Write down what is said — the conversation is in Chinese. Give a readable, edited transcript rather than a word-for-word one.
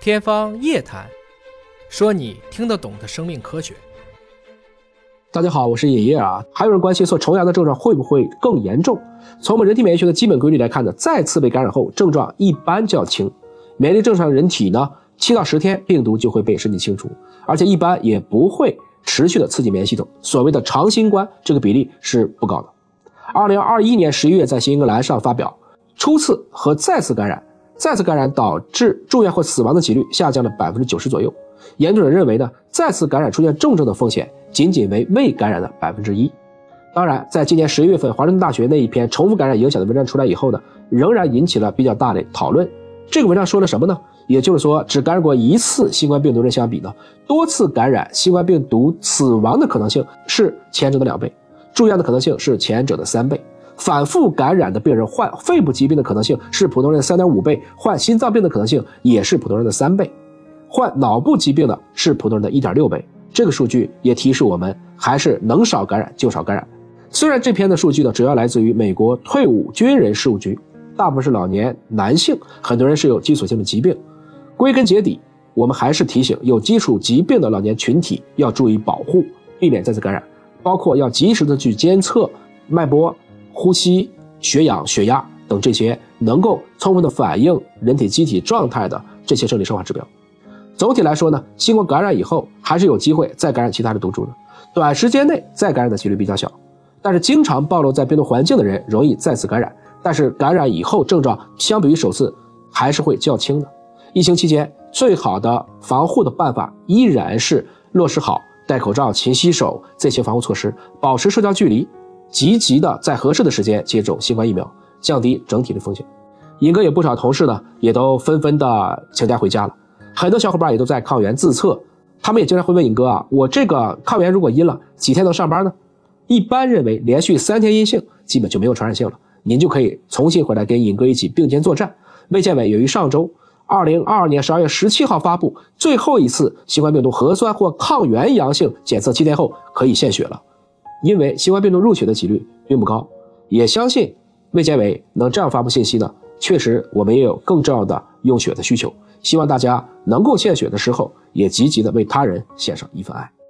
天方夜谭，说你听得懂的生命科学。 大家好，我是野叶啊。还有人关心说虫牙的症状会不会更严重？从我们人体免疫学的基本规律来看呢，再次被感染后症状一般较轻，免疫力正常的人体呢，7到10天病毒就会被身体清除，而且一般也不会持续的刺激免疫系统，所谓的长新冠这个比例是不高的。2021年11月在新英格兰上发表，初次和再次感染导致住院或死亡的几率下降了90%左右。研究者认为呢，再次感染出现重症的风险仅仅为未感染的1%。当然，在今年11月份华盛顿大学那一篇重复感染影响的文章出来以后呢，仍然引起了比较大的讨论。这个文章说了什么呢？也就是说，只感染过一次新冠病毒的相比呢，多次感染新冠病毒死亡的可能性是前者的2倍，住院的可能性是前者的3倍。反复感染的病人患肺部疾病的可能性是普通人的 3.5 倍，患心脏病的可能性也是普通人的3倍，患脑部疾病的是普通人的 1.6 倍。这个数据也提示我们还是能少感染就少感染。虽然这篇的数据呢主要来自于美国退伍军人事务局，大部分是老年男性，很多人是有基础性的疾病。归根结底，我们还是提醒有基础疾病的老年群体要注意保护，避免再次感染，包括要及时的去监测脉搏、呼吸、血氧、血压等这些能够充分的反映人体机体状态的这些生理生化指标。总体来说呢，新冠感染以后还是有机会再感染其他的毒株的，短时间内再感染的几率比较小，但是经常暴露在病毒环境的人容易再次感染，但是感染以后症状相比于首次还是会较轻的。疫情期间最好的防护的办法依然是落实好戴口罩、勤洗手这些防护措施，保持社交距离，积极的在合适的时间接种新冠疫苗，降低整体的风险。尹哥有不少同事呢也都纷纷的请假回家了，很多小伙伴也都在抗原自测，他们也经常会问尹哥啊，我这个抗原如果阴了几天能上班呢？一般认为连续3天阴性基本就没有传染性了，您就可以重新回来跟尹哥一起并肩作战。卫健委由于上周2022年12月17号发布，最后一次新冠病毒核酸或抗原阳性检测7天后可以献血了。因为新冠病毒入血的几率并不高，也相信卫健委能这样发布信息呢，确实我们也有更重要的用血的需求，希望大家能够献血的时候也积极的为他人献上一份爱。